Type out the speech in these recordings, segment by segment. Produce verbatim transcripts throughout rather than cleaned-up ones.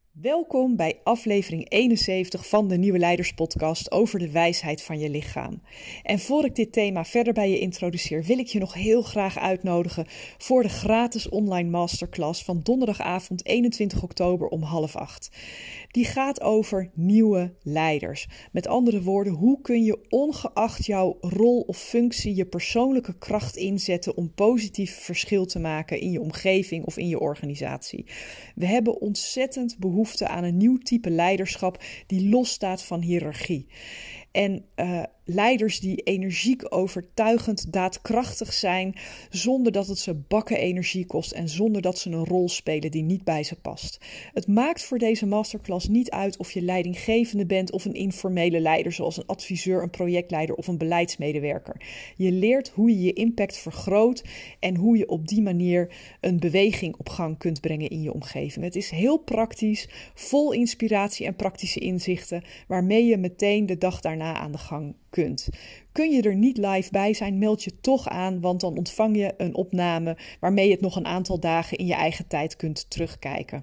Welkom bij aflevering eenenzeventig van de Nieuwe Leiders podcast over de wijsheid van je lichaam. En voor ik dit thema verder bij je introduceer, wil ik je nog heel graag uitnodigen voor de gratis online masterclass van donderdagavond eenentwintig oktober om half acht. Die gaat over nieuwe leiders. Met andere woorden, hoe kun je ongeacht jouw rol of functie je persoonlijke kracht inzetten om positief verschil te maken in je omgeving of in je organisatie. We hebben ontzettend behoefte aan een nieuw type leiderschap die losstaat van hiërarchie. En uh, leiders die energiek, overtuigend, daadkrachtig zijn, zonder dat het ze bakken energie kost en zonder dat ze een rol spelen die niet bij ze past. Het maakt voor deze masterclass niet uit of je leidinggevende bent of een informele leider, zoals een adviseur, een projectleider of een beleidsmedewerker. Je leert hoe je je impact vergroot en hoe je op die manier een beweging op gang kunt brengen in je omgeving. Het is heel praktisch, vol inspiratie en praktische inzichten, waarmee je meteen de dag daarna aan de gang kunt. Kun je er niet live bij zijn, meld je toch aan, want dan ontvang je een opname waarmee je het nog een aantal dagen in je eigen tijd kunt terugkijken.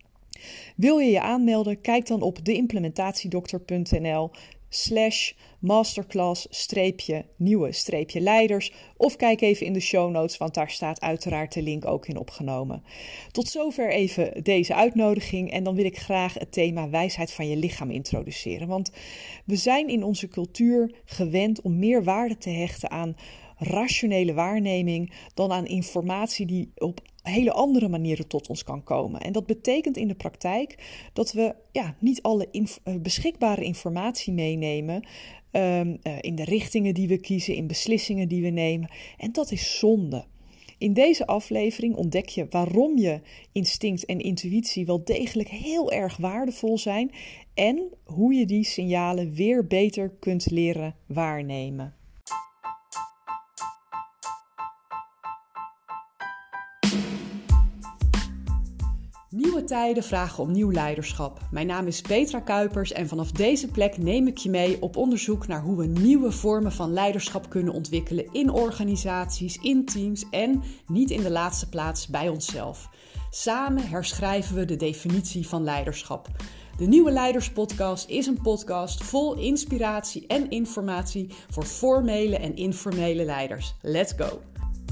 Wil je je aanmelden? Kijk dan op deimplementatiedokter.nl slash masterclass streepje nieuwe streepje leiders of kijk even in de show notes, want daar staat uiteraard de link ook in opgenomen. Tot zover even deze uitnodiging en dan wil ik graag het thema wijsheid van je lichaam introduceren. Want we zijn in onze cultuur gewend om meer waarde te hechten aan rationele waarneming dan aan informatie die op hele andere manieren tot ons kan komen. En dat betekent in de praktijk dat we ja, niet alle inf- beschikbare informatie meenemen um, uh, in de richtingen die we kiezen, in beslissingen die we nemen. En dat is zonde. In deze aflevering ontdek je waarom je instinct en intuïtie wel degelijk heel erg waardevol zijn en hoe je die signalen weer beter kunt leren waarnemen. Nieuwe tijden vragen om nieuw leiderschap. Mijn naam is Petra Kuipers en vanaf deze plek neem ik je mee op onderzoek naar hoe we nieuwe vormen van leiderschap kunnen ontwikkelen in organisaties, in teams en, niet in de laatste plaats, bij onszelf. Samen herschrijven we de definitie van leiderschap. De Nieuwe Leiders podcast is een podcast vol inspiratie en informatie voor formele en informele leiders. Let's go!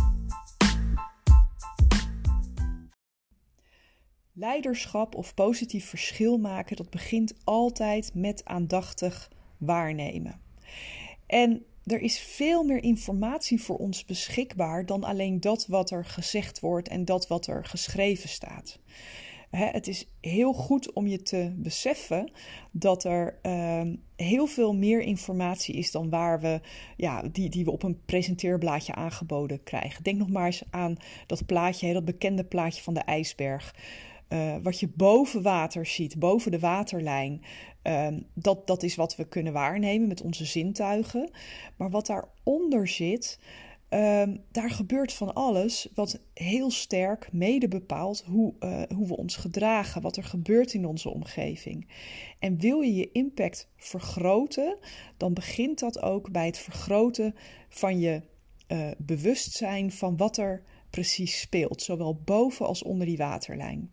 Leiderschap of positief verschil maken, dat begint altijd met aandachtig waarnemen. En er is veel meer informatie voor ons beschikbaar dan alleen dat wat er gezegd wordt en dat wat er geschreven staat. Het is heel goed om je te beseffen dat er uh, heel veel meer informatie is dan waar we, ja, die, die we op een presenteerblaadje aangeboden krijgen. Denk nog maar eens aan dat plaatje, dat bekende plaatje van de ijsberg. Uh, wat je boven water ziet, boven de waterlijn, uh, dat, dat is wat we kunnen waarnemen met onze zintuigen. Maar wat daaronder zit, uh, daar gebeurt van alles wat heel sterk mede bepaalt hoe, uh, hoe we ons gedragen, wat er gebeurt in onze omgeving. En wil je je impact vergroten, dan begint dat ook bij het vergroten van je uh, bewustzijn van wat er precies speelt, zowel boven als onder die waterlijn.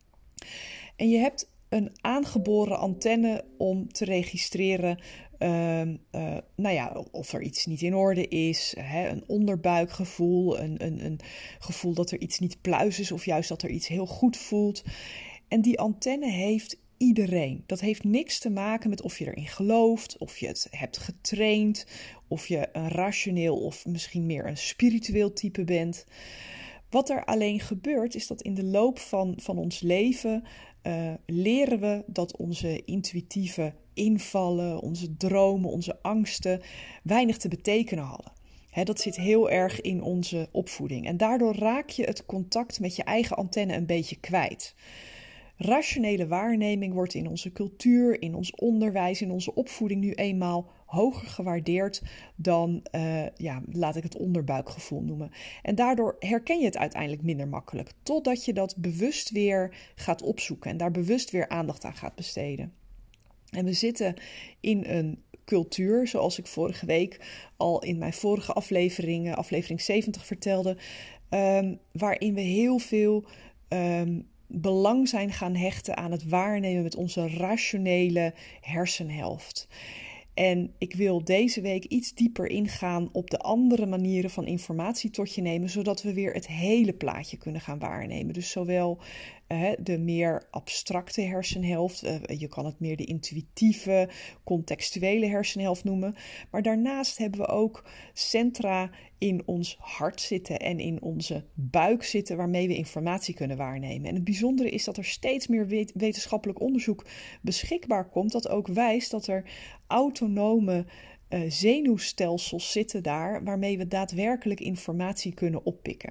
En je hebt een aangeboren antenne om te registreren uh, uh, nou ja, of er iets niet in orde is, hè, een onderbuikgevoel, een, een, een gevoel dat er iets niet pluis is of juist dat er iets heel goed voelt. En die antenne heeft iedereen. Dat heeft niks te maken met of je erin gelooft, of je het hebt getraind, of je een rationeel of misschien meer een spiritueel type bent. Wat er alleen gebeurt is dat in de loop van, van ons leven uh, leren we dat onze intuïtieve invallen, onze dromen, onze angsten weinig te betekenen hadden. He, dat zit heel erg in onze opvoeding en daardoor raak je het contact met je eigen antenne een beetje kwijt. Rationele waarneming wordt in onze cultuur, in ons onderwijs, in onze opvoeding nu eenmaal hoger gewaardeerd dan, uh, ja, laat ik het onderbuikgevoel noemen. En daardoor herken je het uiteindelijk minder makkelijk, totdat je dat bewust weer gaat opzoeken en daar bewust weer aandacht aan gaat besteden. En we zitten in een cultuur, zoals ik vorige week al in mijn vorige aflevering, aflevering zeventig vertelde, um, waarin we heel veel um, belang zijn gaan hechten aan het waarnemen met onze rationele hersenhelft. En ik wil deze week iets dieper ingaan op de andere manieren van informatie tot je nemen, zodat we weer het hele plaatje kunnen gaan waarnemen. Dus zowel uh, de meer abstracte hersenhelft, uh, je kan het meer de intuïtieve, contextuele hersenhelft noemen. Maar daarnaast hebben we ook centra in ons hart zitten en in onze buik zitten, waarmee we informatie kunnen waarnemen. En het bijzondere is dat er steeds meer wetenschappelijk onderzoek beschikbaar komt, dat ook wijst dat er autonome uh, zenuwstelsels zitten daar, waarmee we daadwerkelijk informatie kunnen oppikken.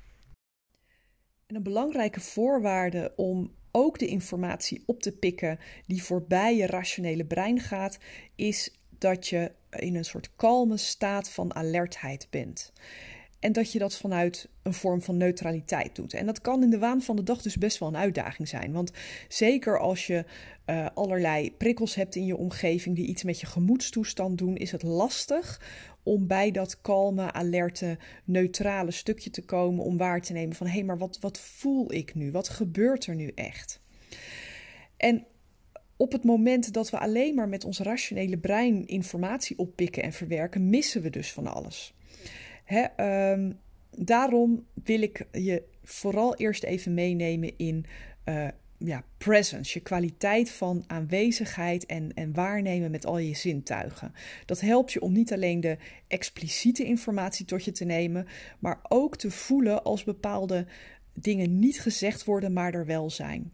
En een belangrijke voorwaarde om ook de informatie op te pikken die voorbij je rationele brein gaat, is dat je in een soort kalme staat van alertheid bent. En dat je dat vanuit een vorm van neutraliteit doet. En dat kan in de waan van de dag dus best wel een uitdaging zijn. Want zeker als je uh, allerlei prikkels hebt in je omgeving die iets met je gemoedstoestand doen, is het lastig om bij dat kalme, alerte, neutrale stukje te komen, om waar te nemen van hé, hey, maar wat, wat voel ik nu? Wat gebeurt er nu echt? En op het moment dat we alleen maar met ons rationele brein informatie oppikken en verwerken, missen we dus van alles. Hè, um, daarom wil ik je vooral eerst even meenemen in uh, ja, presence, je kwaliteit van aanwezigheid en, en waarnemen met al je zintuigen. Dat helpt je om niet alleen de expliciete informatie tot je te nemen, maar ook te voelen als bepaalde dingen niet gezegd worden, maar er wel zijn.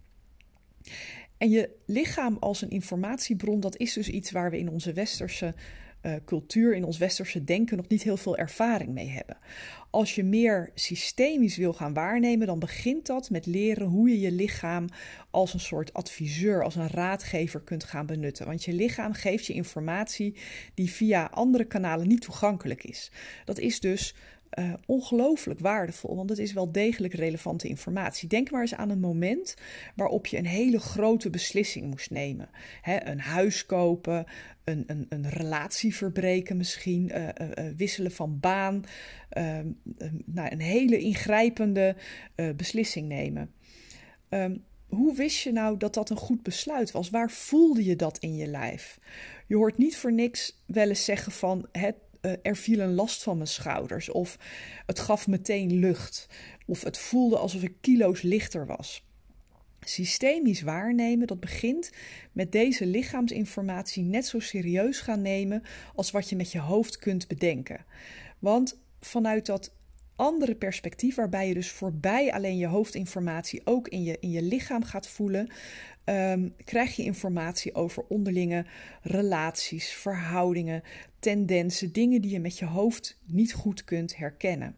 En je lichaam als een informatiebron, dat is dus iets waar we in onze westerse uh, cultuur, in ons westerse denken nog niet heel veel ervaring mee hebben. Als je meer systemisch wil gaan waarnemen, dan begint dat met leren hoe je je lichaam als een soort adviseur, als een raadgever kunt gaan benutten. Want je lichaam geeft je informatie die via andere kanalen niet toegankelijk is. Dat is dus Uh, ongelooflijk waardevol, want het is wel degelijk relevante informatie. Denk maar eens aan een moment waarop je een hele grote beslissing moest nemen. Hè, een huis kopen, een, een, een relatie verbreken misschien, uh, uh, uh, wisselen van baan, uh, uh, nou, een hele ingrijpende uh, beslissing nemen. Um, Hoe wist je nou dat dat een goed besluit was? Waar voelde je dat in je lijf? Je hoort niet voor niks wel eens zeggen van het er viel een last van mijn schouders, of het gaf meteen lucht, of het voelde alsof ik kilo's lichter was. Systemisch waarnemen, dat begint met deze lichaamsinformatie net zo serieus gaan nemen als wat je met je hoofd kunt bedenken. Want vanuit dat andere perspectief, waarbij je dus voorbij alleen je hoofdinformatie ook in je, in je lichaam gaat voelen, Um, krijg je informatie over onderlinge relaties, verhoudingen, tendensen, dingen die je met je hoofd niet goed kunt herkennen.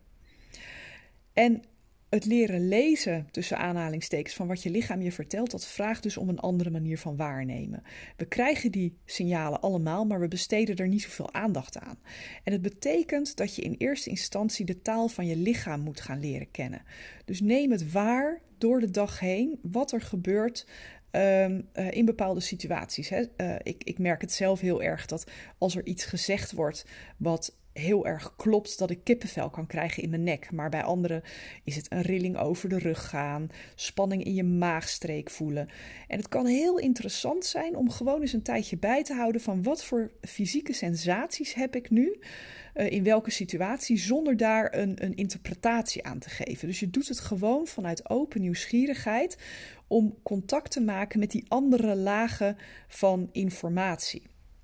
En het leren lezen, tussen aanhalingstekens, van wat je lichaam je vertelt, dat vraagt dus om een andere manier van waarnemen. We krijgen die signalen allemaal, maar we besteden er niet zoveel aandacht aan. En het betekent dat je in eerste instantie de taal van je lichaam moet gaan leren kennen. Dus neem het waar door de dag heen, wat er gebeurt Um, uh, in bepaalde situaties. Hè. Uh, ik, ik merk het zelf heel erg dat als er iets gezegd wordt wat heel erg klopt, dat ik kippenvel kan krijgen in mijn nek. Maar bij anderen is het een rilling over de rug gaan, spanning in je maagstreek voelen. En het kan heel interessant zijn om gewoon eens een tijdje bij te houden van wat voor fysieke sensaties heb ik nu, uh, in welke situatie, zonder daar een, een interpretatie aan te geven. Dus je doet het gewoon vanuit open nieuwsgierigheid om contact te maken met die andere lagen van informatie.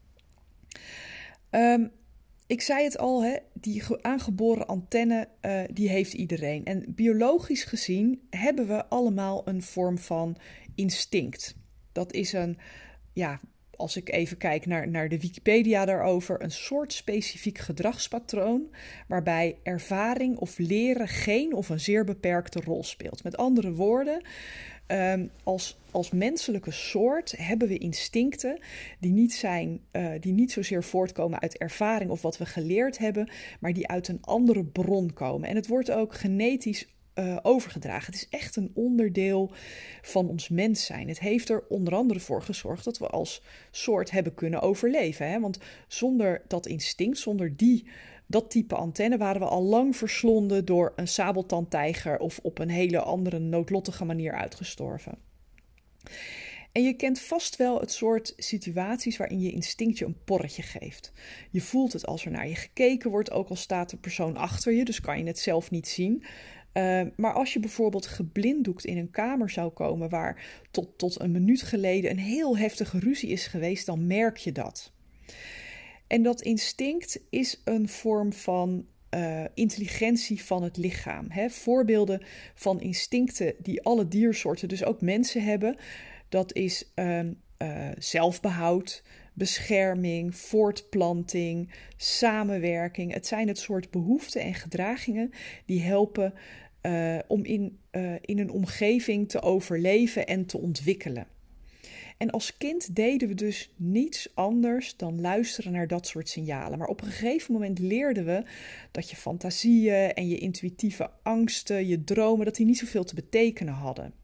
Um, ik zei het al, hè, die aangeboren antenne, uh, die heeft iedereen. En biologisch gezien hebben we allemaal een vorm van instinct. Dat is een, ja, als ik even kijk naar, naar de Wikipedia daarover, een soort specifiek gedragspatroon waarbij ervaring of leren geen of een zeer beperkte rol speelt. Met andere woorden, Um, als, als menselijke soort hebben we instincten die niet zijn, uh, die niet zozeer voortkomen uit ervaring of wat we geleerd hebben, maar die uit een andere bron komen. En het wordt ook genetisch uh, overgedragen. Het is echt een onderdeel van ons mens zijn. Het heeft er onder andere voor gezorgd dat we als soort hebben kunnen overleven. Hè? Want zonder dat instinct, zonder die Dat type antenne waren we al lang verslonden door een sabeltandtijger of op een hele andere noodlottige manier uitgestorven. En je kent vast wel het soort situaties waarin je instinct je een porretje geeft. Je voelt het als er naar je gekeken wordt, ook al staat de persoon achter je, dus kan je het zelf niet zien. Uh, maar als je bijvoorbeeld geblinddoekt in een kamer zou komen waar tot, tot een minuut geleden een heel heftige ruzie is geweest, dan merk je dat. En dat instinct is een vorm van uh, intelligentie van het lichaam. Hè? Voorbeelden van instincten die alle diersoorten, dus ook mensen hebben, dat is uh, uh, zelfbehoud, bescherming, voortplanting, samenwerking. Het zijn het soort behoeften en gedragingen die helpen uh, om in, uh, in een omgeving te overleven en te ontwikkelen. En als kind deden we dus niets anders dan luisteren naar dat soort signalen. Maar op een gegeven moment leerden we dat je fantasieën en je intuïtieve angsten, je dromen, dat die niet zoveel te betekenen hadden.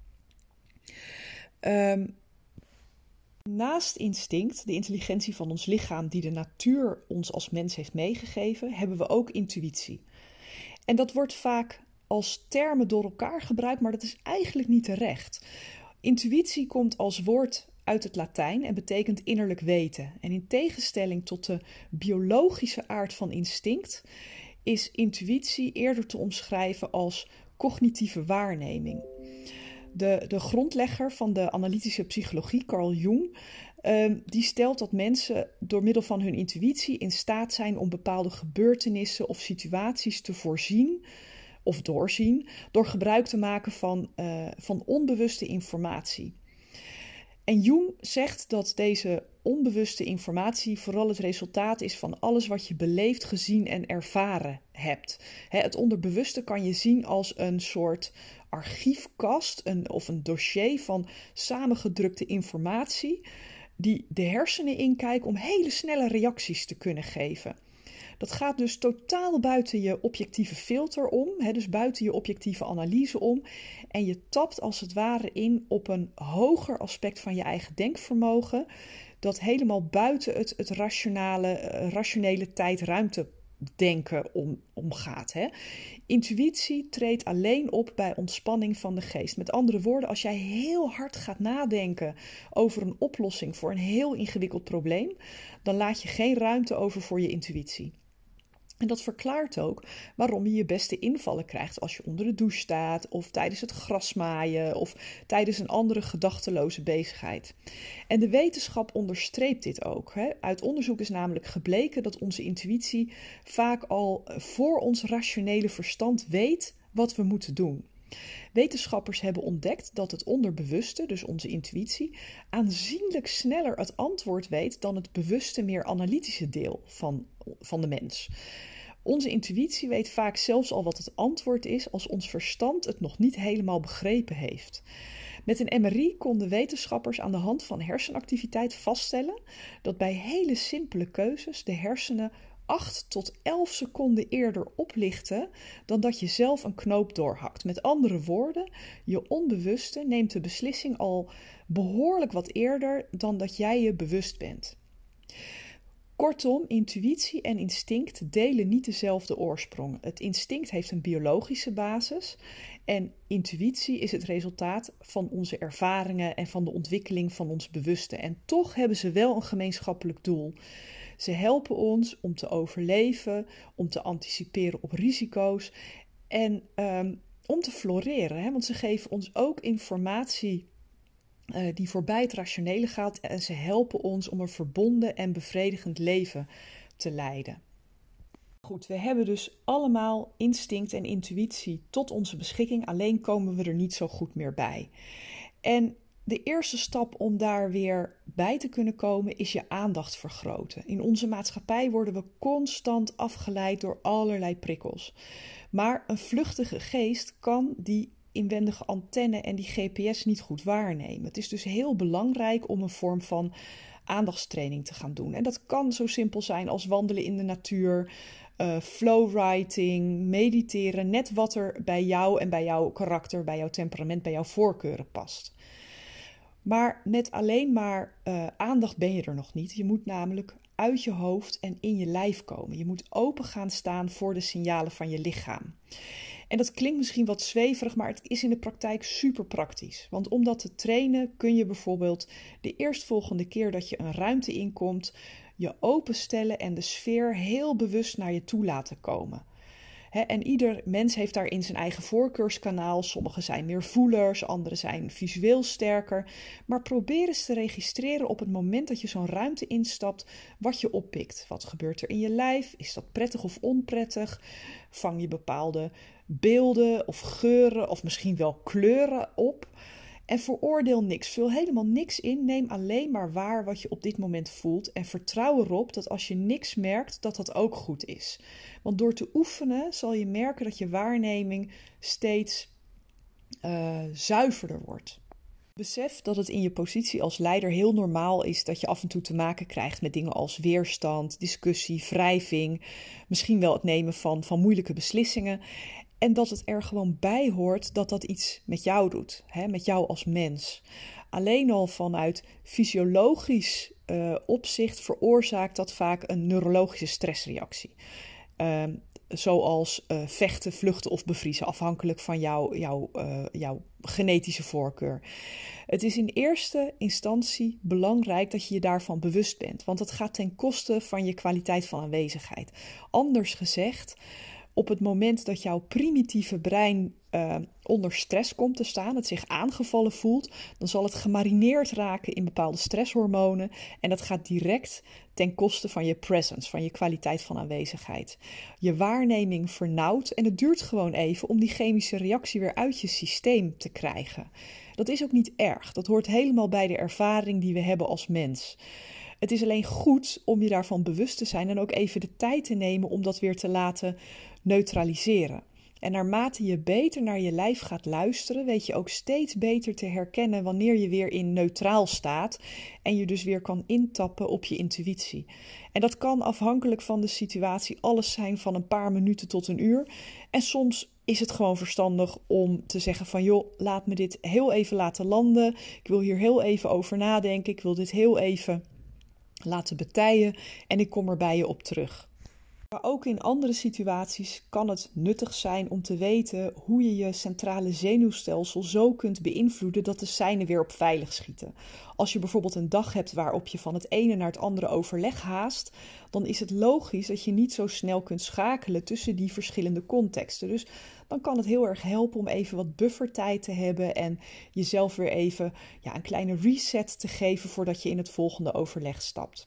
Um, Naast instinct, de intelligentie van ons lichaam die de natuur ons als mens heeft meegegeven, hebben we ook intuïtie. En dat wordt vaak als termen door elkaar gebruikt, maar dat is eigenlijk niet terecht. Intuïtie komt als woord uit het Latijn en betekent innerlijk weten. En in tegenstelling tot de biologische aard van instinct is intuïtie eerder te omschrijven als cognitieve waarneming. De, de grondlegger van de analytische psychologie, Carl Jung, um, die stelt dat mensen door middel van hun intuïtie in staat zijn om bepaalde gebeurtenissen of situaties te voorzien of doorzien door gebruik te maken van, uh, van onbewuste informatie. En Jung zegt dat deze onbewuste informatie vooral het resultaat is van alles wat je beleefd, gezien en ervaren hebt. Het onderbewuste kan je zien als een soort archiefkast een, of een dossier van samengedrukte informatie die de hersenen inkijken om hele snelle reacties te kunnen geven. Dat gaat dus totaal buiten je objectieve filter om, hè, dus buiten je objectieve analyse om. En je tapt als het ware in op een hoger aspect van je eigen denkvermogen, dat helemaal buiten het, het rationale, uh, rationele tijd-ruimte denken om, omgaat. Hè. Intuïtie treedt alleen op bij ontspanning van de geest. Met andere woorden, als jij heel hard gaat nadenken over een oplossing voor een heel ingewikkeld probleem, dan laat je geen ruimte over voor je intuïtie. En dat verklaart ook waarom je je beste invallen krijgt als je onder de douche staat of tijdens het grasmaaien of tijdens een andere gedachteloze bezigheid. En de wetenschap onderstreept dit ook. Hè. Uit onderzoek is namelijk gebleken dat onze intuïtie vaak al voor ons rationele verstand weet wat we moeten doen. Wetenschappers hebben ontdekt dat het onderbewuste, dus onze intuïtie, aanzienlijk sneller het antwoord weet dan het bewuste, meer analytische deel van, van de mens. Onze intuïtie weet vaak zelfs al wat het antwoord is als ons verstand het nog niet helemaal begrepen heeft. Met een M R I konden wetenschappers aan de hand van hersenactiviteit vaststellen dat bij hele simpele keuzes de hersenen acht tot elf seconden eerder oplichten dan dat je zelf een knoop doorhakt. Met andere woorden, je onbewuste neemt de beslissing al behoorlijk wat eerder dan dat jij je bewust bent. Kortom, intuïtie en instinct delen niet dezelfde oorsprong. Het instinct heeft een biologische basis en intuïtie is het resultaat van onze ervaringen en van de ontwikkeling van ons bewuste. En toch hebben ze wel een gemeenschappelijk doel. Ze helpen ons om te overleven, om te anticiperen op risico's en um, om te floreren. Hè? Want ze geven ons ook informatie uh, die voorbij het rationele gaat en ze helpen ons om een verbonden en bevredigend leven te leiden. Goed, we hebben dus allemaal instinct en intuïtie tot onze beschikking, alleen komen we er niet zo goed meer bij. En de eerste stap om daar weer bij te kunnen komen is je aandacht vergroten. In onze maatschappij worden we constant afgeleid door allerlei prikkels. Maar een vluchtige geest kan die inwendige antenne en die G P S niet goed waarnemen. Het is dus heel belangrijk om een vorm van aandachtstraining te gaan doen. En dat kan zo simpel zijn als wandelen in de natuur, uh, flowwriting, mediteren, net wat er bij jou en bij jouw karakter, bij jouw temperament, bij jouw voorkeuren past. Maar met alleen maar uh, aandacht ben je er nog niet. Je moet namelijk uit je hoofd en in je lijf komen. Je moet open gaan staan voor de signalen van je lichaam. En dat klinkt misschien wat zweverig, maar het is in de praktijk super praktisch. Want om dat te trainen kun je bijvoorbeeld de eerstvolgende keer dat je een ruimte inkomt, je openstellen en de sfeer heel bewust naar je toe laten komen. He, en ieder mens heeft daarin zijn eigen voorkeurskanaal. Sommigen zijn meer voelers, anderen zijn visueel sterker. Maar probeer eens te registreren op het moment dat je zo'n ruimte instapt wat je oppikt. Wat gebeurt er in je lijf? Is dat prettig of onprettig? Vang je bepaalde beelden of geuren of misschien wel kleuren op? En veroordeel niks, vul helemaal niks in, neem alleen maar waar wat je op dit moment voelt en vertrouw erop dat als je niks merkt, dat dat ook goed is. Want door te oefenen zal je merken dat je waarneming steeds uh, zuiverder wordt. Besef dat het in je positie als leider heel normaal is dat je af en toe te maken krijgt met dingen als weerstand, discussie, wrijving, misschien wel het nemen van, van moeilijke beslissingen. En dat het er gewoon bij hoort dat dat iets met jou doet, hè, met jou als mens. Alleen al vanuit fysiologisch uh, opzicht veroorzaakt dat vaak een neurologische stressreactie. Uh, zoals uh, vechten, vluchten of bevriezen, afhankelijk van jou, jou, uh, jouw genetische voorkeur. Het is in eerste instantie belangrijk dat je je daarvan bewust bent, want het gaat ten koste van je kwaliteit van aanwezigheid. Anders gezegd, op het moment dat jouw primitieve brein uh, onder stress komt te staan, het zich aangevallen voelt, dan zal het gemarineerd raken in bepaalde stresshormonen en dat gaat direct ten koste van je presence, van je kwaliteit van aanwezigheid. Je waarneming vernauwt en het duurt gewoon even om die chemische reactie weer uit je systeem te krijgen. Dat is ook niet erg, dat hoort helemaal bij de ervaring die we hebben als mens. Het is alleen goed om je daarvan bewust te zijn en ook even de tijd te nemen om dat weer te laten neutraliseren. En naarmate je beter naar je lijf gaat luisteren, weet je ook steeds beter te herkennen wanneer je weer in neutraal staat en je dus weer kan intappen op je intuïtie. En dat kan afhankelijk van de situatie alles zijn van een paar minuten tot een uur. En soms is het gewoon verstandig om te zeggen van joh, laat me dit heel even laten landen. Ik wil hier heel even over nadenken. Ik wil dit heel even laten betijen en ik kom er bij je op terug. Maar ook in andere situaties kan het nuttig zijn om te weten hoe je je centrale zenuwstelsel zo kunt beïnvloeden dat de seinen weer op veilig schieten. Als je bijvoorbeeld een dag hebt waarop je van het ene naar het andere overleg haast, dan is het logisch dat je niet zo snel kunt schakelen tussen die verschillende contexten. Dus dan kan het heel erg helpen om even wat buffertijd te hebben en jezelf weer even ja, een kleine reset te geven voordat je in het volgende overleg stapt.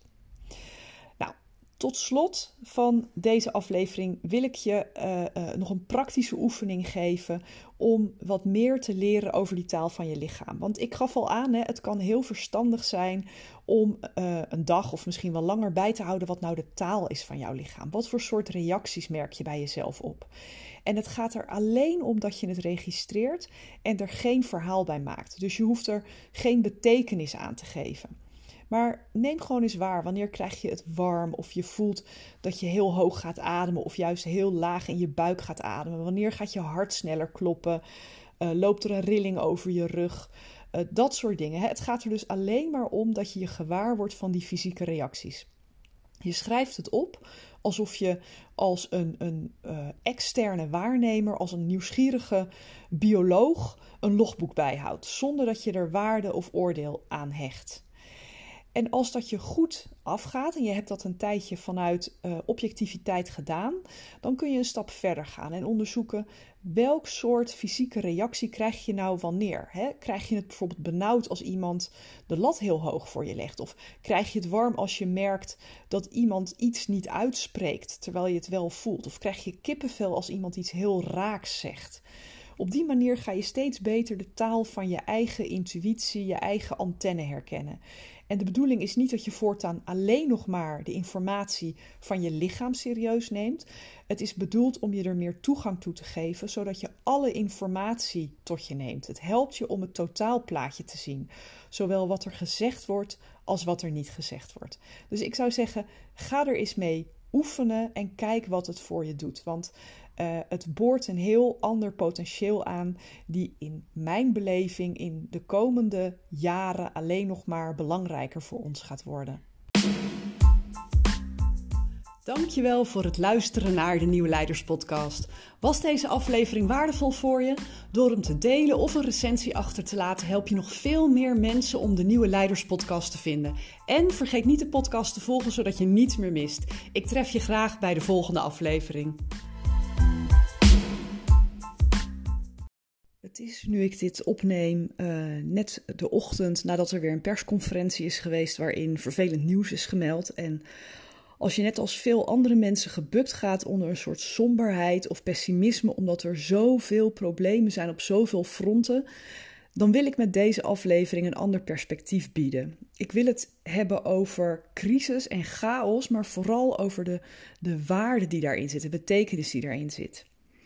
Tot slot van deze aflevering wil ik je uh, uh, nog een praktische oefening geven om wat meer te leren over die taal van je lichaam. Want ik gaf al aan, hè, het kan heel verstandig zijn om uh, een dag of misschien wel langer bij te houden wat nou de taal is van jouw lichaam. Wat voor soort reacties merk je bij jezelf op? En het gaat er alleen om dat je het registreert en er geen verhaal bij maakt. Dus je hoeft er geen betekenis aan te geven. Maar neem gewoon eens waar, wanneer krijg je het warm of je voelt dat je heel hoog gaat ademen of juist heel laag in je buik gaat ademen. Wanneer gaat je hart sneller kloppen, uh, loopt er een rilling over je rug, uh, dat soort dingen. Hè? Het gaat er dus alleen maar om dat je je gewaar wordt van die fysieke reacties. Je schrijft het op alsof je als een, een uh, externe waarnemer, als een nieuwsgierige bioloog een logboek bijhoudt, zonder dat je er waarde of oordeel aan hecht. En als dat je goed afgaat en je hebt dat een tijdje vanuit uh, objectiviteit gedaan, dan kun je een stap verder gaan en onderzoeken welk soort fysieke reactie krijg je nou wanneer. Hè? Krijg je het bijvoorbeeld benauwd als iemand de lat heel hoog voor je legt? Of krijg je het warm als je merkt dat iemand iets niet uitspreekt terwijl je het wel voelt? Of krijg je kippenvel als iemand iets heel raaks zegt? Op die manier ga je steeds beter de taal van je eigen intuïtie, je eigen antenne herkennen. En de bedoeling is niet dat je voortaan alleen nog maar de informatie van je lichaam serieus neemt. Het is bedoeld om je er meer toegang toe te geven, zodat je alle informatie tot je neemt. Het helpt je om het totaalplaatje te zien. Zowel wat er gezegd wordt als wat er niet gezegd wordt. Dus ik zou zeggen, ga er eens mee oefenen en kijk wat het voor je doet. Want Uh, het boort een heel ander potentieel aan die in mijn beleving in de komende jaren alleen nog maar belangrijker voor ons gaat worden. Dankjewel voor het luisteren naar de Nieuwe Leiders podcast. Was deze aflevering waardevol voor je? Door hem te delen of een recensie achter te laten help je nog veel meer mensen om de Nieuwe Leiders podcast te vinden. En vergeet niet de podcast te volgen zodat je niets meer mist. Ik tref je graag bij de volgende aflevering. Het is, nu ik dit opneem, uh, net de ochtend nadat er weer een persconferentie is geweest waarin vervelend nieuws is gemeld. En als je net als veel andere mensen gebukt gaat onder een soort somberheid of pessimisme, omdat er zoveel problemen zijn op zoveel fronten, dan wil ik met deze aflevering een ander perspectief bieden. Ik wil het hebben over crisis en chaos, maar vooral over de, de waarde die daarin zit, de betekenis die daarin zit.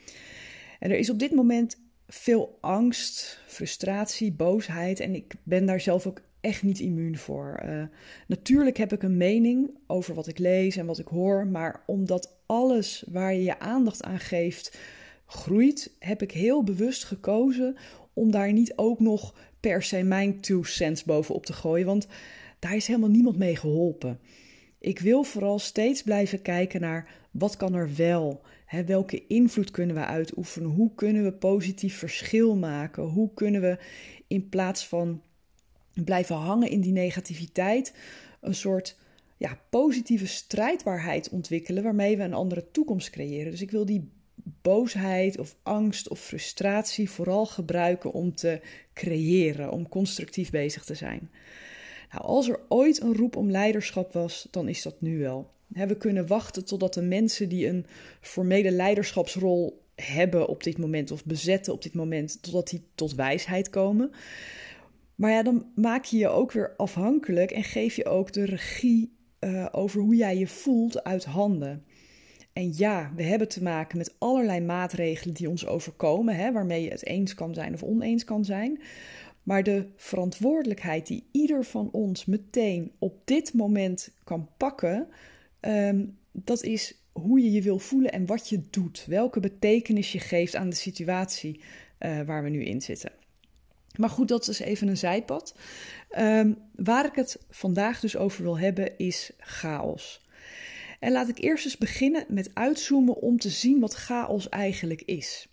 En er is op dit moment veel angst, frustratie, boosheid en ik ben daar zelf ook echt niet immuun voor. Uh, natuurlijk heb ik een mening over wat ik lees en wat ik hoor, maar omdat alles waar je je aandacht aan geeft groeit, heb ik heel bewust gekozen om daar niet ook nog per se mijn two cents bovenop te gooien, want daar is helemaal niemand mee geholpen. Ik wil vooral steeds blijven kijken naar wat kan er wel, hè, welke invloed kunnen we uitoefenen, hoe kunnen we positief verschil maken, hoe kunnen we in plaats van blijven hangen in die negativiteit een soort ja, positieve strijdbaarheid ontwikkelen waarmee we een andere toekomst creëren. Dus ik wil die boosheid of angst of frustratie vooral gebruiken om te creëren, om constructief bezig te zijn. Nou, als er ooit een roep om leiderschap was, dan is dat nu wel. We kunnen wachten totdat de mensen die een formele leiderschapsrol hebben op dit moment of bezetten op dit moment, totdat die tot wijsheid komen. Maar ja, dan maak je je ook weer afhankelijk en geef je ook de regie uh, over hoe jij je voelt uit handen. En ja, we hebben te maken met allerlei maatregelen die ons overkomen, hè, waarmee je het eens kan zijn of oneens kan zijn. Maar de verantwoordelijkheid die ieder van ons meteen op dit moment kan pakken, um, dat is hoe je je wil voelen en wat je doet. Welke betekenis je geeft aan de situatie uh, waar we nu in zitten. Maar goed, dat is even een zijpad. Um, waar ik het vandaag dus over wil hebben is chaos. En laat ik eerst eens beginnen met uitzoomen om te zien wat chaos eigenlijk is.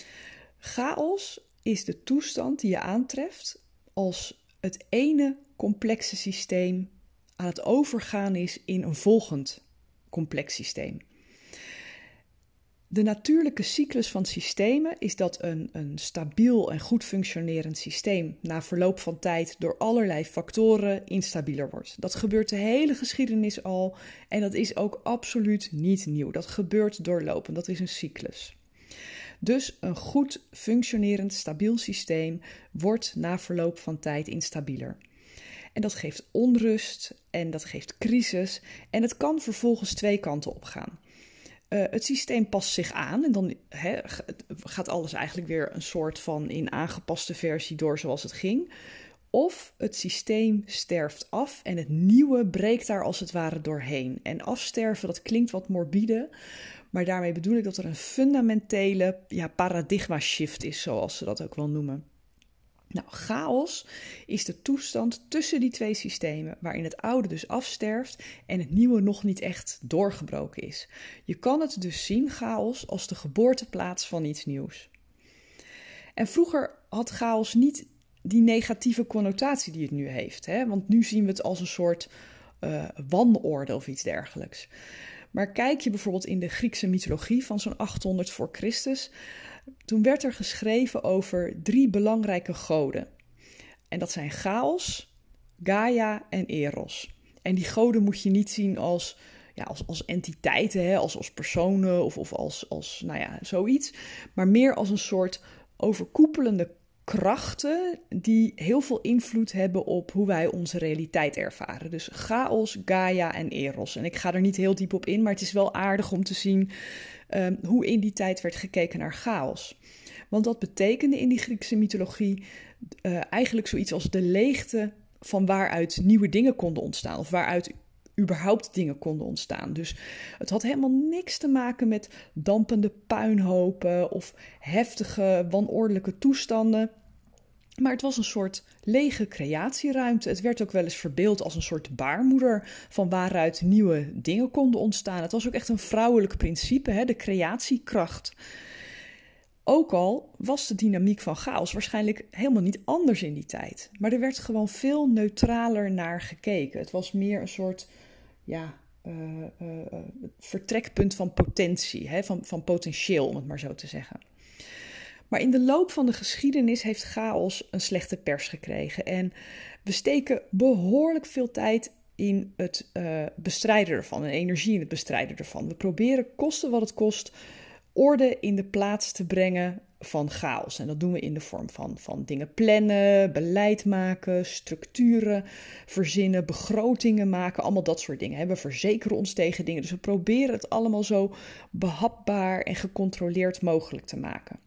Chaos is de toestand die je aantreft als het ene complexe systeem aan het overgaan is in een volgend complex systeem. De natuurlijke cyclus van systemen is dat een, een stabiel en goed functionerend systeem na verloop van tijd door allerlei factoren instabieler wordt. Dat gebeurt de hele geschiedenis al en dat is ook absoluut niet nieuw. Dat gebeurt doorlopend, dat is een cyclus. Dus een goed functionerend stabiel systeem wordt na verloop van tijd instabieler. En dat geeft onrust en dat geeft crisis en het kan vervolgens twee kanten op gaan. Uh, het systeem past zich aan en dan he, gaat alles eigenlijk weer een soort van in aangepaste versie door zoals het ging. Of het systeem sterft af en het nieuwe breekt daar als het ware doorheen. En afsterven, dat klinkt wat morbide, maar daarmee bedoel ik dat er een fundamentele ja, paradigma shift is, zoals ze dat ook wel noemen. Nou, chaos is de toestand tussen die twee systemen, waarin het oude dus afsterft en het nieuwe nog niet echt doorgebroken is. Je kan het dus zien, chaos, als de geboorteplaats van iets nieuws. En vroeger had chaos niet die negatieve connotatie die het nu heeft, hè? Want nu zien we het als een soort uh, wanorde of iets dergelijks. Maar kijk je bijvoorbeeld in de Griekse mythologie van zo'n achthonderd voor Christus, toen werd er geschreven over drie belangrijke goden. En dat zijn Chaos, Gaia en Eros. En die goden moet je niet zien als, ja, als, als entiteiten, hè, als, als personen of, of als, als nou ja, zoiets. Maar meer als een soort overkoepelende krachten die heel veel invloed hebben op hoe wij onze realiteit ervaren. Dus Chaos, Gaia en Eros. En ik ga er niet heel diep op in, maar het is wel aardig om te zien um, hoe in die tijd werd gekeken naar chaos. Want dat betekende in die Griekse mythologie uh, eigenlijk zoiets als de leegte van waaruit nieuwe dingen konden ontstaan. Of waaruit überhaupt dingen konden ontstaan. Dus het had helemaal niks te maken met dampende puinhopen of heftige, wanordelijke toestanden. Maar het was een soort lege creatieruimte. Het werd ook wel eens verbeeld als een soort baarmoeder van waaruit nieuwe dingen konden ontstaan. Het was ook echt een vrouwelijk principe, hè, de creatiekracht. Ook al was de dynamiek van chaos waarschijnlijk helemaal niet anders in die tijd. Maar er werd gewoon veel neutraler naar gekeken. Het was meer een soort ja, uh, uh, vertrekpunt van potentie, hè, van, van potentieel, om het maar zo te zeggen. Maar in de loop van de geschiedenis heeft chaos een slechte pers gekregen. En we steken behoorlijk veel tijd in het uh, bestrijden ervan en energie in het bestrijden ervan. We proberen, koste wat het kost, orde in de plaats te brengen van chaos. En dat doen we in de vorm van, van dingen plannen, beleid maken, structuren verzinnen, begrotingen maken, allemaal dat soort dingen. We verzekeren ons tegen dingen. Dus we proberen het allemaal zo behapbaar en gecontroleerd mogelijk te maken.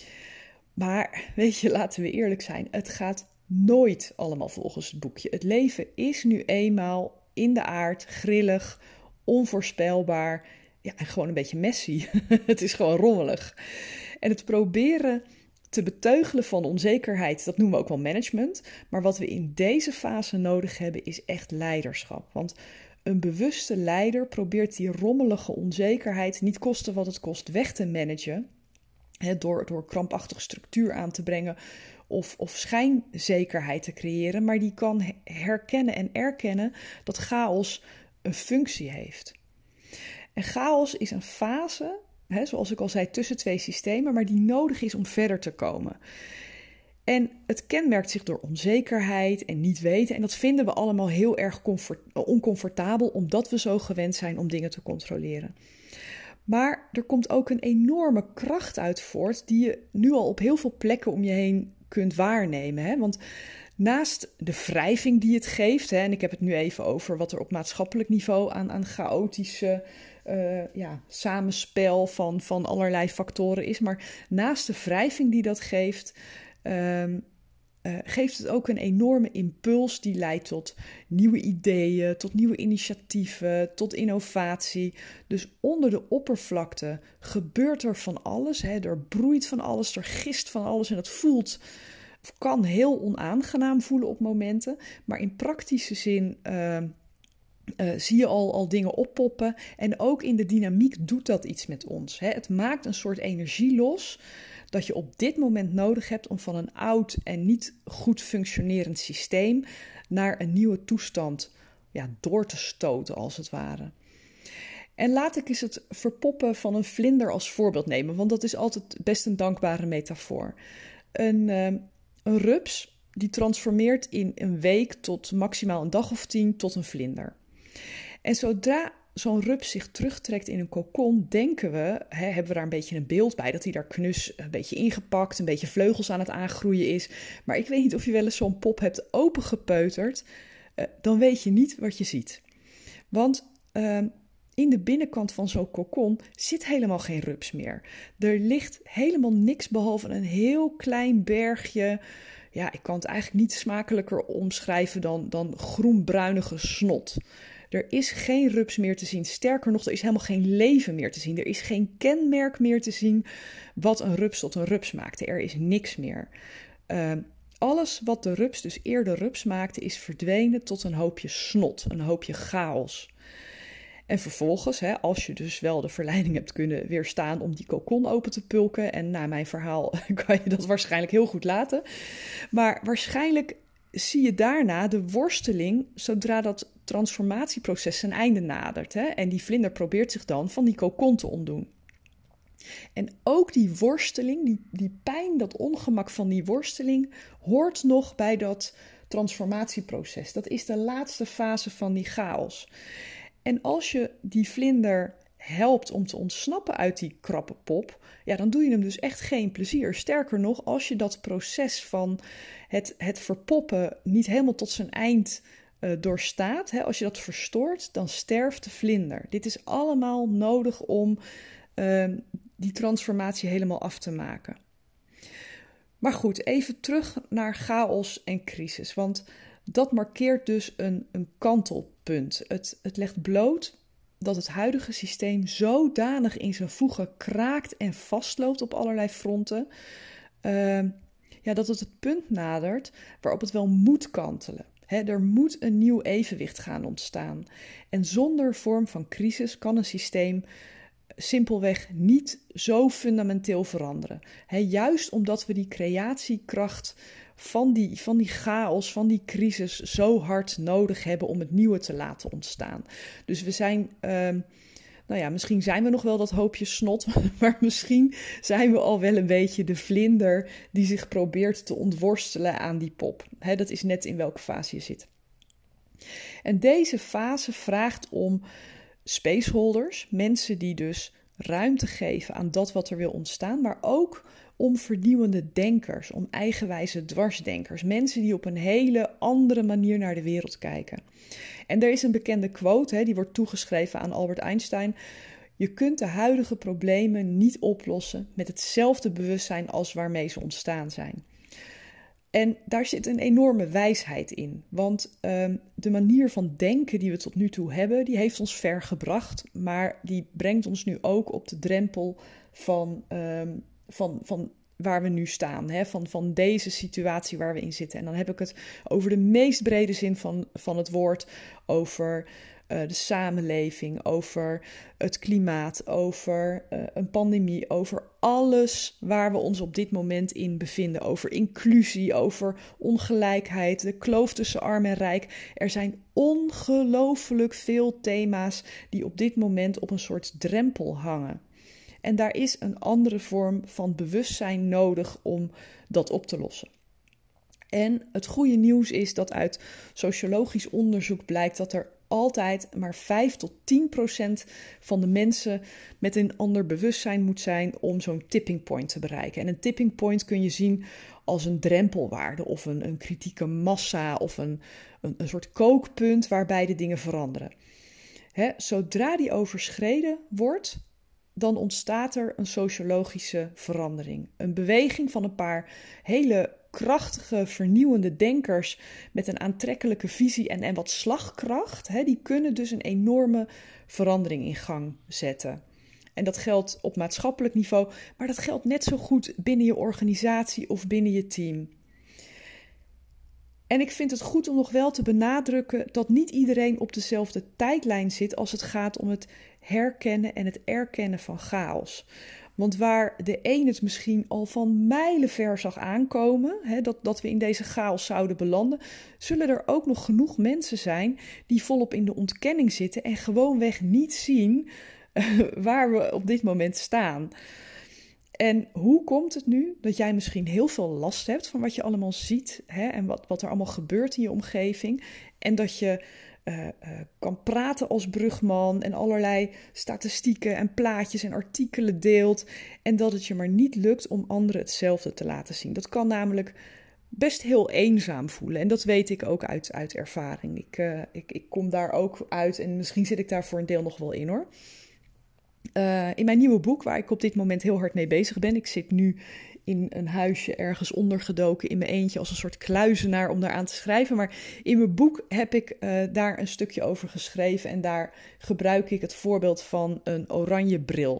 Maar weet je, laten we eerlijk zijn, het gaat nooit allemaal volgens het boekje. Het leven is nu eenmaal in de aard, grillig, onvoorspelbaar, ja, en gewoon een beetje messy. Het is gewoon rommelig. En het proberen te beteugelen van onzekerheid, dat noemen we ook wel management. Maar wat we in deze fase nodig hebben, is echt leiderschap. Want een bewuste leider probeert die rommelige onzekerheid, niet kosten wat het kost, weg te managen. He, door, door krampachtig structuur aan te brengen of, of schijnzekerheid te creëren. Maar die kan herkennen en erkennen dat chaos een functie heeft. En chaos is een fase, he, zoals ik al zei, tussen twee systemen, maar die nodig is om verder te komen. En het kenmerkt zich door onzekerheid en niet weten. En dat vinden we allemaal heel erg comfort, oncomfortabel, omdat we zo gewend zijn om dingen te controleren. Maar er komt ook een enorme kracht uit voort die je nu al op heel veel plekken om je heen kunt waarnemen. Hè? Want naast de wrijving die het geeft, hè, en ik heb het nu even over wat er op maatschappelijk niveau aan, aan chaotische uh, ja, samenspel van, van allerlei factoren is. Maar naast de wrijving die dat geeft, Um, Uh, geeft het ook een enorme impuls die leidt tot nieuwe ideeën, tot nieuwe initiatieven, tot innovatie. Dus onder de oppervlakte gebeurt er van alles. Hè. Er broeit van alles, er gist van alles en dat voelt, of kan heel onaangenaam voelen op momenten. Maar in praktische zin uh, uh, zie je al, al dingen oppoppen. En ook in de dynamiek doet dat iets met ons. Hè. Het maakt een soort energie los dat je op dit moment nodig hebt om van een oud en niet goed functionerend systeem naar een nieuwe toestand ja, door te stoten, als het ware. En laat ik eens het verpoppen van een vlinder als voorbeeld nemen, want dat is altijd best een dankbare metafoor. Een, uh, een rups die transformeert in een week tot maximaal een dag of tien tot een vlinder. En zodra zo'n rups zich terugtrekt in een kokon, denken we, hè, hebben we daar een beetje een beeld bij, dat hij daar knus een beetje ingepakt, een beetje vleugels aan het aangroeien is. Maar ik weet niet of je wel eens zo'n pop hebt opengepeuterd, uh, dan weet je niet wat je ziet. Want uh, in de binnenkant van zo'n kokon zit helemaal geen rups meer. Er ligt helemaal niks behalve een heel klein bergje. Ja, ik kan het eigenlijk niet smakelijker omschrijven dan, dan groenbruinige snot. Er is geen rups meer te zien. Sterker nog, er is helemaal geen leven meer te zien. Er is geen kenmerk meer te zien wat een rups tot een rups maakte. Er is niks meer. Uh, alles wat de rups dus eerder rups maakte, is verdwenen tot een hoopje snot, een hoopje chaos. En vervolgens, hè, als je dus wel de verleiding hebt kunnen weerstaan om die kokon open te pulken, en na mijn verhaal kan je dat waarschijnlijk heel goed laten, maar waarschijnlijk zie je daarna de worsteling zodra dat transformatieproces zijn einde nadert. Hè? En die vlinder probeert zich dan van die kokon te ontdoen. En ook die worsteling, die, die pijn, dat ongemak van die worsteling, hoort nog bij dat transformatieproces. Dat is de laatste fase van die chaos. En als je die vlinder helpt om te ontsnappen uit die krappe pop, ja, dan doe je hem dus echt geen plezier. Sterker nog, als je dat proces van het, het verpoppen niet helemaal tot zijn eind uh, doorstaat, hè, als je dat verstoort, dan sterft de vlinder. Dit is allemaal nodig om uh, die transformatie helemaal af te maken. Maar goed, even terug naar chaos en crisis, want dat markeert dus een, een kantelpunt. punt. Het, het legt bloot dat het huidige systeem zodanig in zijn voegen kraakt en vastloopt op allerlei fronten, uh, ja, dat het het punt nadert waarop het wel moet kantelen. He, er moet een nieuw evenwicht gaan ontstaan. En zonder vorm van crisis kan een systeem simpelweg niet zo fundamenteel veranderen. He, juist omdat we die creatiekracht van die, van die chaos, van die crisis zo hard nodig hebben om het nieuwe te laten ontstaan. Dus we zijn, uh, nou ja, misschien zijn we nog wel dat hoopje snot, maar misschien zijn we al wel een beetje de vlinder die zich probeert te ontworstelen aan die pop. He, dat is net in welke fase je zit. En deze fase vraagt om spaceholders, mensen die dus ruimte geven aan dat wat er wil ontstaan, maar ook om vernieuwende denkers, om eigenwijze dwarsdenkers, mensen die op een hele andere manier naar de wereld kijken. En er is een bekende quote, hè, die wordt toegeschreven aan Albert Einstein: je kunt de huidige problemen niet oplossen met hetzelfde bewustzijn als waarmee ze ontstaan zijn. En daar zit een enorme wijsheid in, want um, de manier van denken die we tot nu toe hebben, die heeft ons ver gebracht, maar die brengt ons nu ook op de drempel van, um, van, van waar we nu staan, hè? Van, van deze situatie waar we in zitten. En dan heb ik het over de meest brede zin van, van het woord, over Uh, de samenleving, over het klimaat, over uh, een pandemie, over alles waar we ons op dit moment in bevinden. Over inclusie, over ongelijkheid, de kloof tussen arm en rijk. Er zijn ongelooflijk veel thema's die op dit moment op een soort drempel hangen. En daar is een andere vorm van bewustzijn nodig om dat op te lossen. En het goede nieuws is dat uit sociologisch onderzoek blijkt dat er altijd maar vijf tot tien procent van de mensen met een ander bewustzijn moet zijn om zo'n tipping point te bereiken. En een tipping point kun je zien als een drempelwaarde of een, een kritieke massa of een, een, een soort kookpunt waarbij de dingen veranderen. Hè, zodra die overschreden wordt, dan ontstaat er een sociologische verandering. Een beweging van een paar hele krachtige, vernieuwende denkers met een aantrekkelijke visie en, en wat slagkracht, hè, die kunnen dus een enorme verandering in gang zetten. En dat geldt op maatschappelijk niveau, maar dat geldt net zo goed binnen je organisatie of binnen je team. En ik vind het goed om nog wel te benadrukken dat niet iedereen op dezelfde tijdlijn zit als het gaat om het herkennen en het erkennen van chaos. Want waar de een het misschien al van mijlenver zag aankomen, hè, dat, dat we in deze chaos zouden belanden, zullen er ook nog genoeg mensen zijn die volop in de ontkenning zitten en gewoonweg niet zien uh, waar we op dit moment staan. En hoe komt het nu dat jij misschien heel veel last hebt van wat je allemaal ziet, hè, en wat, wat er allemaal gebeurt in je omgeving, en dat je Uh, uh, kan praten als brugman en allerlei statistieken en plaatjes en artikelen deelt en dat het je maar niet lukt om anderen hetzelfde te laten zien. Dat kan namelijk best heel eenzaam voelen en dat weet ik ook uit, uit ervaring. Ik, uh, ik, ik kom daar ook uit en misschien zit ik daar voor een deel nog wel in hoor. Uh, in mijn nieuwe boek, waar ik op dit moment heel hard mee bezig ben, ik zit nu in een huisje ergens ondergedoken in mijn eentje als een soort kluizenaar om daar aan te schrijven. Maar in mijn boek heb ik uh, daar een stukje over geschreven en daar gebruik ik het voorbeeld van een oranje bril.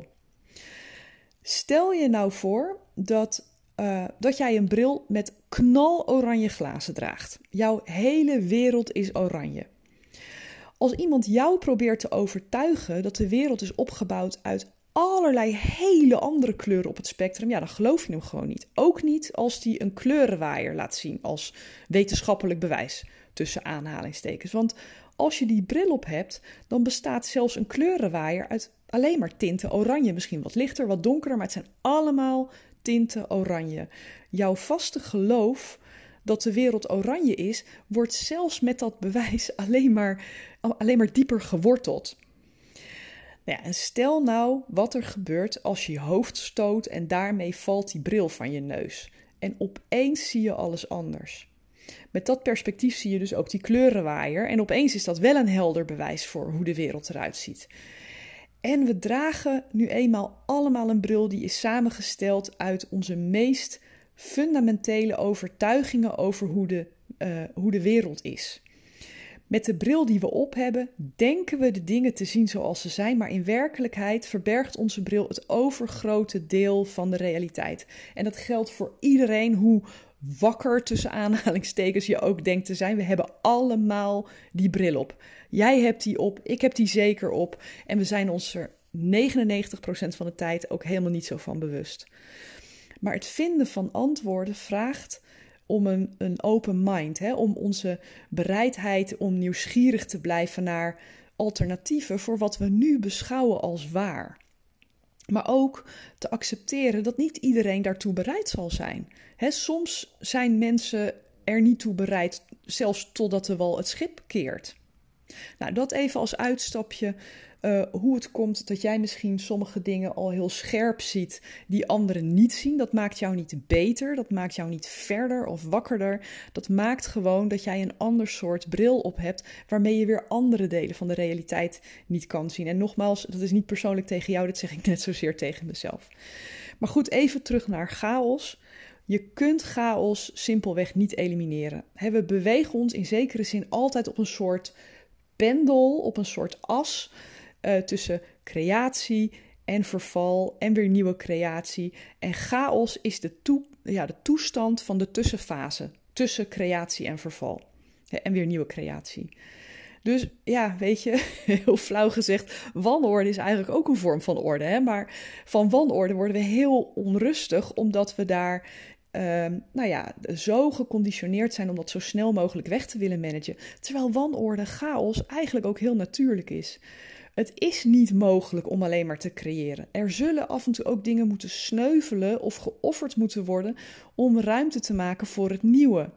Stel je nou voor dat, uh, dat jij een bril met knaloranje glazen draagt. Jouw hele wereld is oranje. Als iemand jou probeert te overtuigen dat de wereld is opgebouwd uit allerlei hele andere kleuren op het spectrum, ja, dan geloof je hem gewoon niet. Ook niet als hij een kleurenwaaier laat zien als wetenschappelijk bewijs, tussen aanhalingstekens. Want als je die bril op hebt, dan bestaat zelfs een kleurenwaaier uit alleen maar tinten oranje. Misschien wat lichter, wat donkerder, maar het zijn allemaal tinten oranje. Jouw vaste geloof dat de wereld oranje is, wordt zelfs met dat bewijs alleen maar, alleen maar dieper geworteld. Nou ja, en stel nou wat er gebeurt als je je hoofd stoot en daarmee valt die bril van je neus. En opeens zie je alles anders. Met dat perspectief zie je dus ook die kleurenwaaier en opeens is dat wel een helder bewijs voor hoe de wereld eruit ziet. En we dragen nu eenmaal allemaal een bril die is samengesteld uit onze meest fundamentele overtuigingen over hoe de, uh, hoe de wereld is. Met de bril die we op hebben, denken we de dingen te zien zoals ze zijn, maar in werkelijkheid verbergt onze bril het overgrote deel van de realiteit. En dat geldt voor iedereen, hoe wakker tussen aanhalingstekens je ook denkt te zijn. We hebben allemaal die bril op. Jij hebt die op, ik heb die zeker op en we zijn ons er negenennegentig procent van de tijd ook helemaal niet zo van bewust. Maar het vinden van antwoorden vraagt om een, een open mind, hè? Om onze bereidheid om nieuwsgierig te blijven naar alternatieven voor wat we nu beschouwen als waar. Maar ook te accepteren dat niet iedereen daartoe bereid zal zijn. Hè, soms zijn mensen er niet toe bereid, zelfs totdat de wal het schip keert. Nou, dat even als uitstapje uh, hoe het komt dat jij misschien sommige dingen al heel scherp ziet die anderen niet zien. Dat maakt jou niet beter, dat maakt jou niet verder of wakkerder. Dat maakt gewoon dat jij een ander soort bril op hebt waarmee je weer andere delen van de realiteit niet kan zien. En nogmaals, dat is niet persoonlijk tegen jou, dat zeg ik net zozeer tegen mezelf. Maar goed, even terug naar chaos. Je kunt chaos simpelweg niet elimineren. We bewegen ons in zekere zin altijd op een soort pendel, op een soort as uh, tussen creatie en verval en weer nieuwe creatie. En chaos is de, toe, ja, de toestand van de tussenfase tussen creatie en verval. Ja, en weer nieuwe creatie. Dus ja, weet je, heel flauw gezegd, wanorde is eigenlijk ook een vorm van orde. Hè? Maar van wanorde worden we heel onrustig, omdat we daar uh, nou ja, zo geconditioneerd zijn om dat zo snel mogelijk weg te willen managen. Terwijl wanorde, chaos eigenlijk ook heel natuurlijk is. Het is niet mogelijk om alleen maar te creëren. Er zullen af en toe ook dingen moeten sneuvelen of geofferd moeten worden om ruimte te maken voor het nieuwe.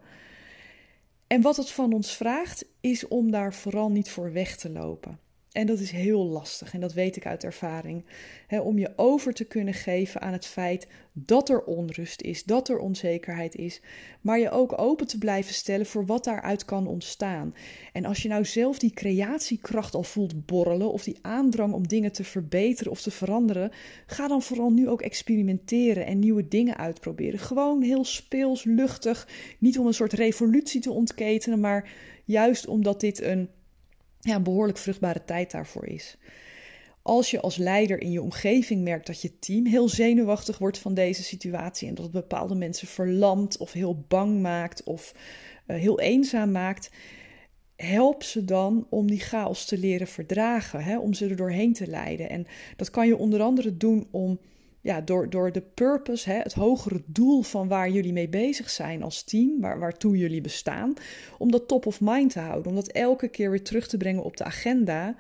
En wat het van ons vraagt, is om daar vooral niet voor weg te lopen. En dat is heel lastig en dat weet ik uit ervaring. He, om je over te kunnen geven aan het feit dat er onrust is, dat er onzekerheid is. Maar je ook open te blijven stellen voor wat daaruit kan ontstaan. En als je nou zelf die creatiekracht al voelt borrelen of die aandrang om dingen te verbeteren of te veranderen, ga dan vooral nu ook experimenteren en nieuwe dingen uitproberen. Gewoon heel speels, luchtig, niet om een soort revolutie te ontketenen, maar juist omdat dit een Ja, een behoorlijk vruchtbare tijd daarvoor is. Als je als leider in je omgeving merkt dat je team heel zenuwachtig wordt van deze situatie en dat het bepaalde mensen verlamt of heel bang maakt of uh, heel eenzaam maakt, help ze dan om die chaos te leren verdragen, hè, om ze er doorheen te leiden. En dat kan je onder andere doen om Ja, door, door de purpose, hè, het hogere doel van waar jullie mee bezig zijn als team, waar, waartoe jullie bestaan, om dat top of mind te houden, om dat elke keer weer terug te brengen op de agenda.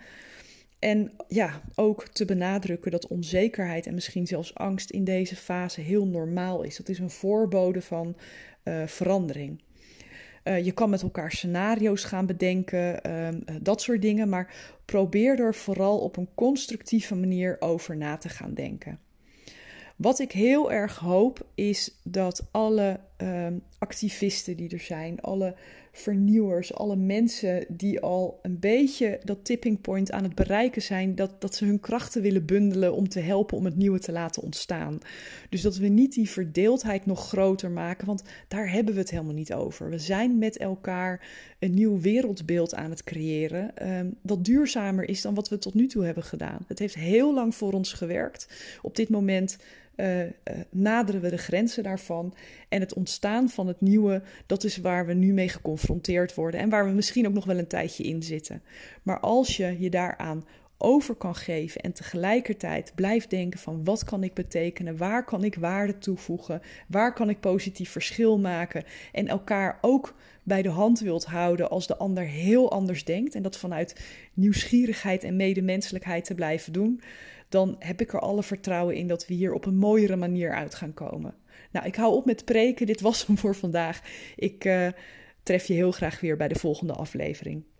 En ja, ook te benadrukken dat onzekerheid en misschien zelfs angst in deze fase heel normaal is. Dat is een voorbode van uh, verandering. Uh, je kan met elkaar scenario's gaan bedenken, uh, uh, dat soort dingen, maar probeer er vooral op een constructieve manier over na te gaan denken. Wat ik heel erg hoop is dat alle uh, activisten die er zijn, alle vernieuwers, alle mensen die al een beetje dat tipping point aan het bereiken zijn, dat, dat ze hun krachten willen bundelen om te helpen om het nieuwe te laten ontstaan. Dus dat we niet die verdeeldheid nog groter maken, want daar hebben we het helemaal niet over. We zijn met elkaar een nieuw wereldbeeld aan het creëren, um, dat duurzamer is dan wat we tot nu toe hebben gedaan. Het heeft heel lang voor ons gewerkt. Op dit moment Uh, uh, naderen we de grenzen daarvan. En het ontstaan van het nieuwe, dat is waar we nu mee geconfronteerd worden. En waar we misschien ook nog wel een tijdje in zitten. Maar als je je daaraan over kan geven en tegelijkertijd blijft denken van wat kan ik betekenen, waar kan ik waarde toevoegen, waar kan ik positief verschil maken en elkaar ook bij de hand wilt houden als de ander heel anders denkt en dat vanuit nieuwsgierigheid en medemenselijkheid te blijven doen, dan heb ik er alle vertrouwen in dat we hier op een mooiere manier uit gaan komen. Nou, ik hou op met preken. Dit was hem voor vandaag. Ik uh, tref je heel graag weer bij de volgende aflevering.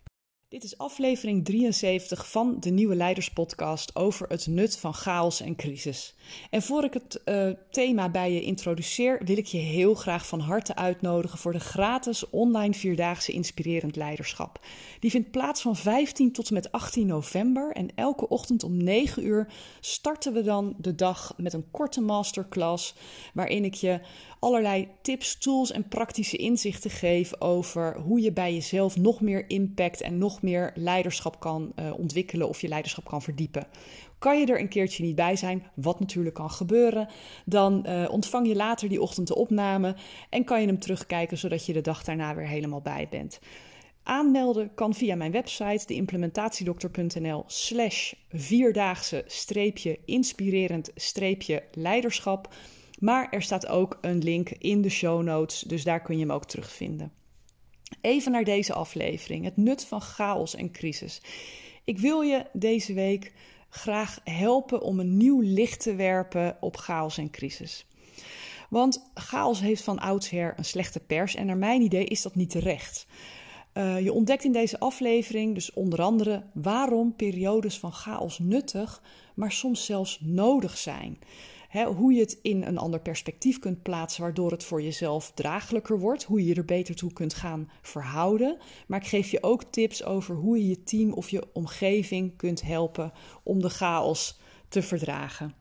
Dit is aflevering drieënzeventig van de Nieuwe Leiderspodcast over het nut van chaos en crisis. En voor ik het uh, thema bij je introduceer, wil ik je heel graag van harte uitnodigen voor de gratis online vierdaagse Inspirerend Leiderschap. Die vindt plaats van vijftien tot en met achttien november en elke ochtend om negen uur starten we dan de dag met een korte masterclass waarin ik je allerlei tips, tools en praktische inzichten geef over hoe je bij jezelf nog meer impact en nog meer leiderschap kan uh, ontwikkelen of je leiderschap kan verdiepen. Kan je er een keertje niet bij zijn, wat natuurlijk kan gebeuren, dan uh, ontvang je later die ochtend de opname en kan je hem terugkijken zodat je de dag daarna weer helemaal bij bent. Aanmelden kan via mijn website deimplementatiedokter.nl slash vierdaagse streepje inspirerend streepje leiderschap. Maar er staat ook een link in de show notes, dus daar kun je hem ook terugvinden. Even naar deze aflevering, het nut van chaos en crisis. Ik wil je deze week graag helpen om een nieuw licht te werpen op chaos en crisis. Want chaos heeft van oudsher een slechte pers en naar mijn idee is dat niet terecht. Uh, je ontdekt in deze aflevering dus onder andere waarom periodes van chaos nuttig, maar soms zelfs nodig zijn. He, hoe je het in een ander perspectief kunt plaatsen, waardoor het voor jezelf draaglijker wordt. Hoe je je er beter toe kunt gaan verhouden. Maar ik geef je ook tips over hoe je je team of je omgeving kunt helpen om de chaos te verdragen.